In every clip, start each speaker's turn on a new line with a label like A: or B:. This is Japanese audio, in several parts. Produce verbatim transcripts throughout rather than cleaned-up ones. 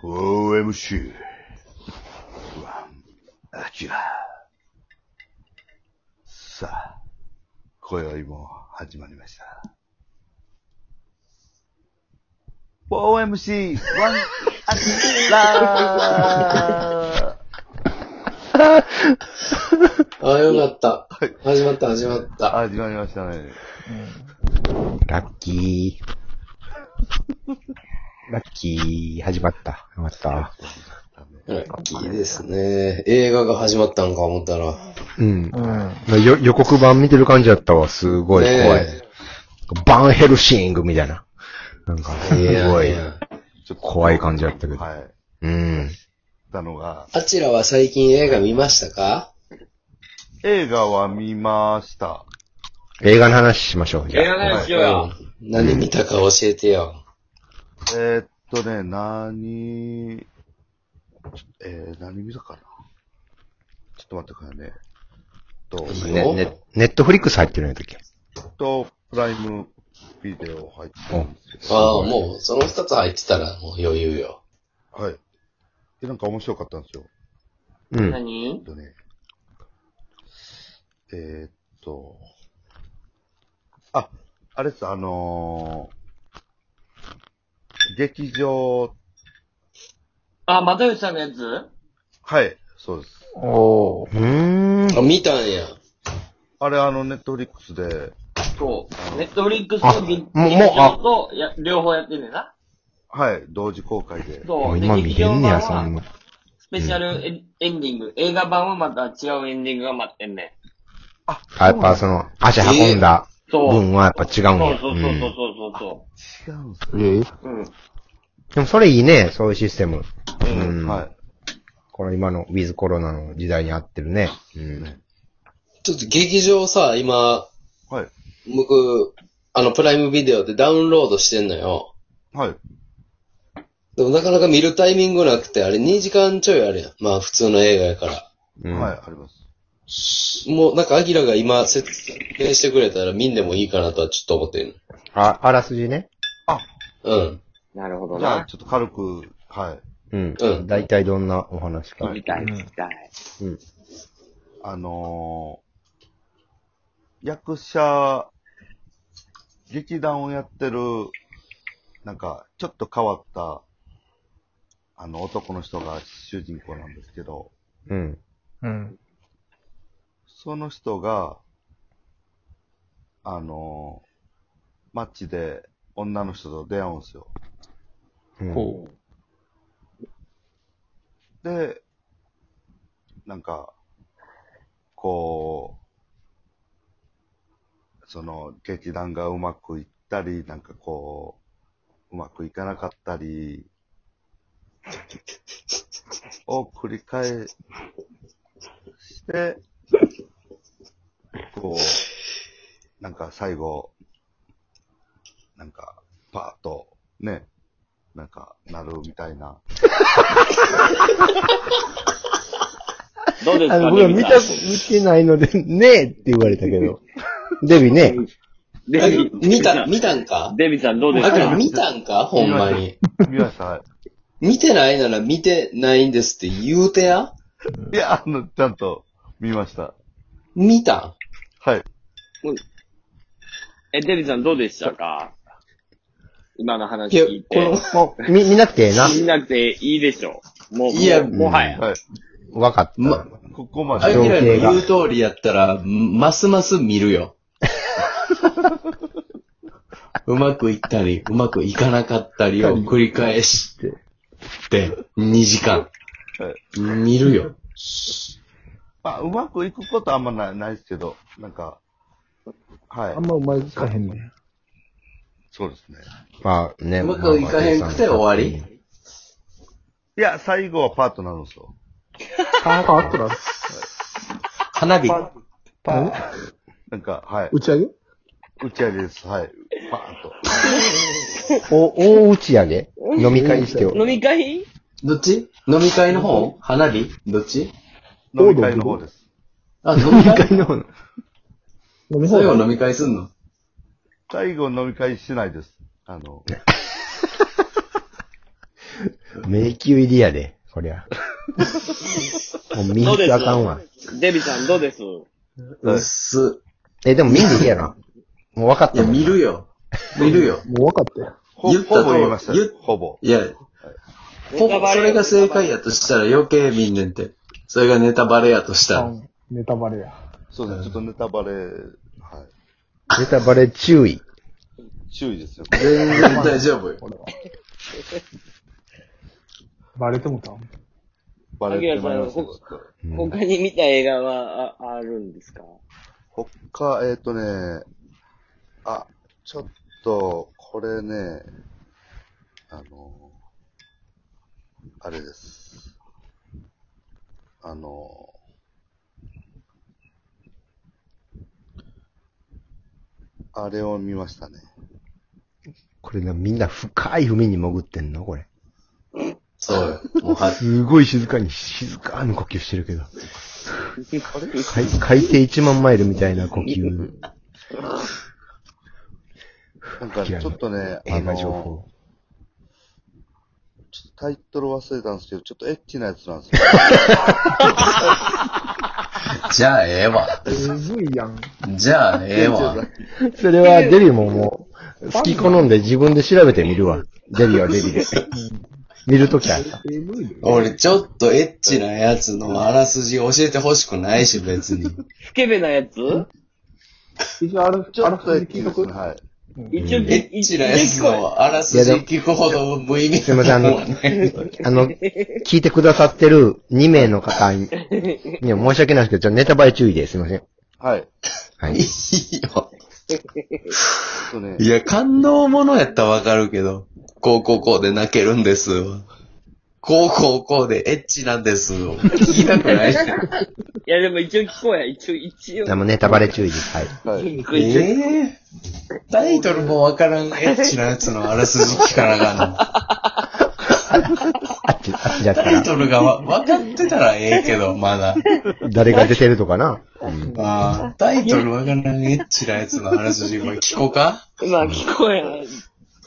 A: オーエムシー アキラ。さあ、今宵も始まりました。オーエムシー アキラ
B: ああ、よかった。始まった、始まった。
A: 始まりましたね。
C: うん、ラッキー。ラッキー、始まった。始まった。
B: ラッキーですね。映画が始まったんか思ったら。
C: うん。うん、よ予告版見てる感じだったわ。すごい怖い。バンヘルシングみたいな。なんか、すごい怖い感じだったけど。はい。うん。
A: たのが。
B: あちらは最近映画見ましたか？
A: 映画は見ました。
C: 映画の話しましょう。
D: じゃあ映画の話しようよ。
B: 何見たか教えてよ。
A: えー、っとね、何、えー、何見たかな。ちょっと待ってくださいね。と、
C: ね、ね、ネットフリックス入ってるんやったっけ？
A: と、プライムビデオ入ってるんです
B: よ。ああ、もう、その二つ入ってたらもう余裕よ。
A: はい。で、なんか面白かったんですよ。
C: うん。
D: 何？
A: えっとね、えー、っと、あ、あれです、あのー、劇場。
D: あ、又吉さんのやつ？
A: はい、そうです。
C: おー。うーん。
B: あ、見たんや。
A: あれ、あの、ネットフリックスで。
D: そう。ネットフリックスと劇場とや両方やってんねんな。
A: はい、同時公開で。
D: そう。
C: 今見てんねや、そんな。
D: スペシャルエンディング、うん。映画版はまた違うエンディングが待ってんねん。
C: あ、やっぱその、足運んだ分はやっぱ違うんや。
D: そうそうそうそうそう。
A: 違うんすね。
D: うん。
C: でもそれいいね、そういうシステム。
A: うん。うん、はい。
C: この今のウィズコロナの時代に合ってるね。うん。ね、
B: ちょっと劇場さ、今、
A: はい。
B: 僕、あの、プライムビデオでダウンロードしてんのよ。
A: はい。
B: でもなかなか見るタイミングなくて、あれにじかんちょいあるやん。まあ普通の映画やから。
A: うん、はい、あります。
B: もうなんかアキラが今説明してくれたら見んでもいいかなとはちょっと思ってる。
C: あ、あらすじね。
A: あ、
B: うん。
D: なるほどな。
A: じゃあちょっと軽く、はい。
C: うん。うん。だいたいどんなお話か。
D: 聞きたい、聞きたい。
C: うん。
A: あのー、役者、劇団をやってる、なんか、ちょっと変わった、あの、男の人が主人公なんですけど、
C: うん。うん。
A: その人が、あのー、街で女の人と出会うんですよ。
C: ほ
A: う。で、なんか、こう、その劇団がうまくいったり、なんかこう、うまくいかなかったり、を繰り返して、こう、なんか最後、なんか、パーッと、ね、なんか、なるみたいな。
D: どうですか？
C: 僕は見た、見てないので、ねえって言われたけど。デビね。
B: デビ、見た、見たんか？
D: デビさんどうですか？
B: あ、でも見たんか？ほんまに。
A: 見ました、はい。
B: 見てないなら見てないんですって言うてや？
A: いや、あの、ちゃんと見ました。
B: 見たん？
A: はい。
D: え、デビさんどうでしたか？今の話聞いて。
C: いや、この、み、見なくてええな。
D: 見なくていいでしょう。もう、
B: いや、
D: もはや。
A: はい。
C: わかった。
B: ま、
A: ここまで。
B: アキラの言う通りやったら、ますます見るよ。うまくいったり、うまくいかなかったりを繰り返して、にじかん。はい、見るよ。
A: まあ、うまくいくことはあんまない、ないですけど、なんか、はい。
E: あんまうまくいかへんね。
A: そうですね。
C: まあね。
B: うまくいかへんくて終わり？
A: いや、最後はパートナるんですよ。
E: パートナる。
B: 花火。
E: パー
A: なんか、はい。
E: 打ち上げ？
A: 打ち上げです。はい。パーンと。
C: お、大打ち上げ？飲み会してよ。
D: 飲み会？
B: どっち？飲み会の方？花火？どっち？
A: 飲み会の方です。
B: あ、飲み会の方。
E: 飲み
B: 最後飲み会すんの？
A: 最後飲み会しないです。あの。
C: 迷宮入りやで、こりゃ。もう見んとあかんわ。
D: デビさんどうです？
B: うっす。
C: え、でも見んでいいやろ。もう分かっ
B: いや、
C: たもん。
B: 見るよ。見るよ。
E: もう分かったよ。
A: ほ
B: 言ったと
A: ほぼ言いましたよ。
B: 言っ
A: ほぼ。
B: いや、ほぼ、それが正解やとしたら余計見んねんて。それがネタバレやとしたら。
E: うんネタバレや。
A: そうですね、ちょっとネタバレ、はい。
C: ネタバレ注意。
A: 注意ですよ。
B: 全然大丈夫よ。
E: これは。バレてもたん
A: バレてまいりました。
C: うん
D: 他に見た映画はああるんですか？
A: 他、えっ、ー、とね、あ、ちょっと、これね、あの、あれです。あの、あれを見ましたね。
C: これな、みんな深い海に潜ってんのこれ。
B: そうよ。もうは、
C: すごい静かに、静かに呼吸してるけど。海海底いちまんマイルみたいな呼吸。
A: なんか、ちょっとね、あ
C: 映画
A: の、
C: 情報。
A: ちょっとタイトル忘れたんですけど、ちょっとエッチなやつなんですよ。
B: じゃあええわ。
E: えぐいやん。
B: じゃあええわ。
C: それはデビももう、好き好んで自分で調べてみるわ。デビはデビで。見るときあった。
E: えぐいで。
B: 俺ちょっとエッチなやつのあらすじ教えてほしくないし、別に。
D: スケベなやつ？
E: 一応ある、
A: ちょ
E: ある
A: っとエッチ
E: 聞いとく
A: ですね、はい。
D: 一応、
B: エッチなやつのあらすじ聞くほど無意味
C: すいません、あの、あの、聞いてくださってるに名の方に、には申し訳ないですけど、ちょっとネタバレ注意ですいません。
A: はい。
C: はい
B: い。いよ。
A: ちょっとね
B: い、や、感動ものやったらわかるけど、こうこうこうで泣けるんです。こうこうこうでエッチなんです。聞きたくないし。
D: いや、でも一応聞こうや。一応、一応。
C: でもネタバレ注意です。はい。
A: はい。
D: 一応一応
B: ええタイトルもわからんエッチなやつのあらすじ聞かなあかんの。
C: あっち、あっちだったら、
B: タイトルがわ分かってたらええけど、まだ。
C: 誰が出てるとかな。うん
B: ああ、タイトルわからんエッチなやつのあらすじ、これ聞こうか？
D: まあ、聞こうや。
A: はい。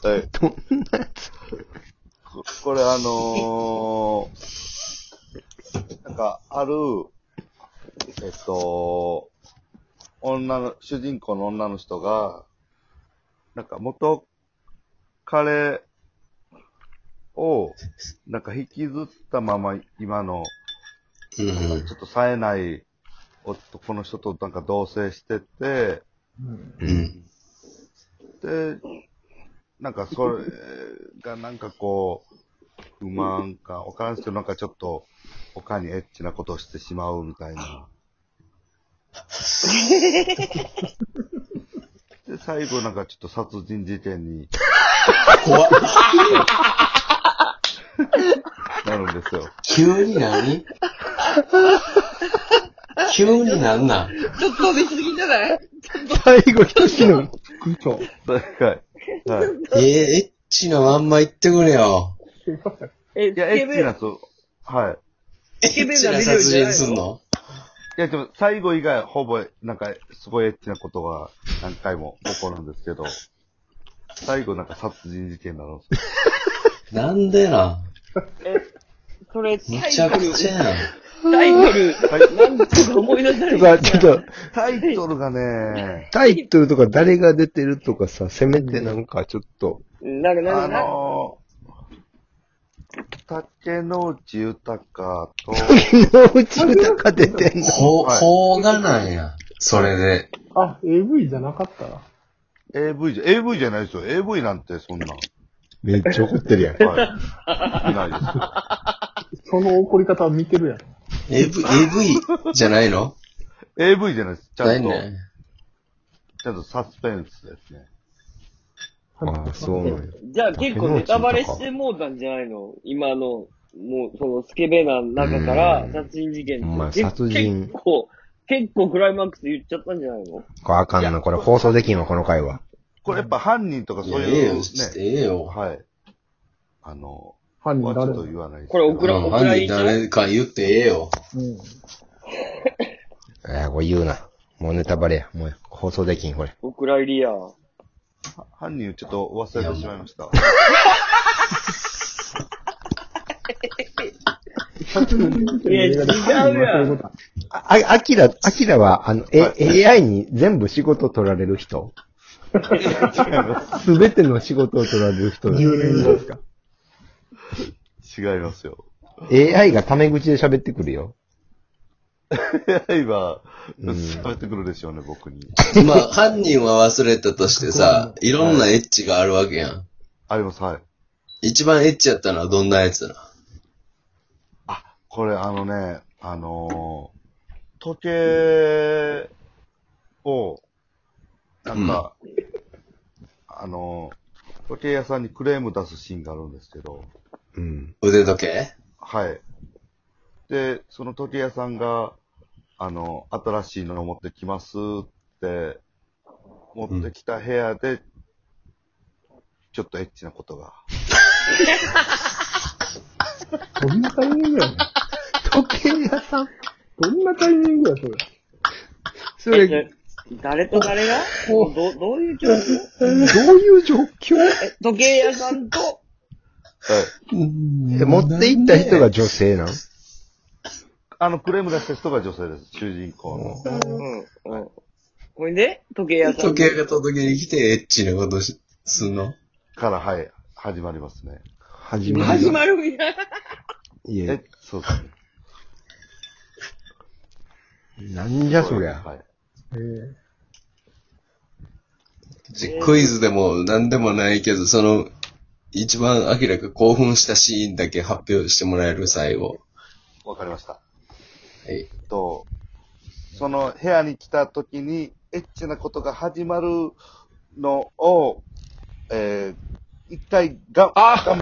A: ここれあのー、なんか、ある、えっと、女の、主人公の女の人が、なんか元彼を、なんか引きずったまま今の、
B: うん。
A: ちょっと冴えない男の人となんか同棲してて、
B: うん。
A: で、なんかそれがなんかこう、不満か、わからんすけど、なんかちょっと他にエッチなことをしてしまうみたいな。で、最後なんかちょっと殺人事件に
B: 怖っ。
A: なるんですよ。
B: 急に何急になんなん
D: ちょっと見すぎじゃない？
C: 最後一つの、
E: そう。
A: はい。はい。
B: えー、エッチなまんま言ってくれよ。
D: え、
A: いや、エッチなと、はい。
B: エッチな殺人すんの？
A: いや、でも最後以外ほぼ、なんか、すごいエッチなことが何回も起こるんですけど、最後なんか殺人事件になるんですよ。
B: なんでな。
D: え、それ、
B: めちゃくちゃやん。
D: タイトル、なんとか思い出せ
C: と
D: ない。
C: か、ちょっと、
A: タイトルがね、
C: タイトルとか誰が出てるとかさ、せめてなんかちょっと、
D: なんか、な
A: あ
D: んか、
A: のー、竹野内豊と、
C: のうち歌が出てんの。
B: ほ、
A: はい
B: ほうがなんや。それで。
E: あ、エーブイ じゃなかったら。
A: エーブイ じゃ、エーブイ じゃないですよ。エーブイ なんてそんな。
C: めっちゃ怒ってるやん。
A: はい。いないですよ。
E: その怒り方は見てるやろ。
B: エーブイ、エーブイ じゃないの？
A: エーブイ じゃないです。ちゃんと、
B: ないね。
A: ちゃんとサスペンスですね。
C: ああ、そうなんや。
D: じゃあ結構ネタバレしてもうたんじゃないの？今の、もう、そのスケベな中から
C: うん
D: 殺人事件って。
C: まあ
D: け
C: 殺人
D: 結構、結構クライマックス言っちゃったんじゃないの？
C: これあかんな。これ放送できんわ、この回は。
A: これやっぱ犯人とかそう
B: いや、ええ
A: いう、
B: よ、して
A: ね。
B: ええよ。
A: はい。あの、
E: 犯人誰
A: はちょっと言わないです
D: これお蔵、
B: うん
D: お蔵
B: 犯人
D: 入りちゃう？
B: 誰か言ってええよ。
E: うん。
C: えー、これ言うな。もうネタバレや。もう放送できん、これ。
D: お蔵入りや。
A: 犯人ちょっと忘れてしまいました。
D: いや、違うやん。
C: あ、あきら、あきらは、あの、え、エーアイ に全部仕事取られる人すべての仕事を取られる人じゅうねんごですか？
A: 違いますよ。
C: エーアイ がタメ口で喋ってくるよ。
A: エーアイ は、
C: うん
A: 喋ってくるでしょうね、僕に。
B: まあ、犯人は忘れたとしてさ、いろんなエッチがあるわけやん。
A: あります、はい。
B: 一番エッチやったのはどんなやつな？
A: あ、これあのね、あのー時計を、なんか、あのー時計屋さんにクレーム出すシーンがあるんですけど、
C: うん。
B: 腕時計？
A: はい。で、その時計屋さんが、あの、新しいのを持ってきますって、持ってきた部屋で、ちょっとエッチなことが。
E: どんなタイミングやねん。時計屋さんどんなタイミングや、それ。
C: それ、
D: え誰と誰がど、どういう状況？
C: どういう状況？
D: え、時計屋さんと、
A: はい。
C: え、持って行った人が女性なん？
A: あの、クレーム出した人が女性です、主人公の。
D: うん、うん。これで、時計屋さん。
B: 時計が届けに来てエッチなことしすんの？
A: から、はい、始まりますね。
C: 始まる。
D: 始まるんや。
C: いや
A: え、そうですね。
C: なんじゃそりゃ。
A: はい。
E: え
B: じクイズでも何でもないけど、その、一番明らか興奮したシーンだけ発表してもらえる最後。
A: わかりました。
B: はい。
A: と、その部屋に来た時に、エッチなことが始まるのを、えー、一回が、
C: あ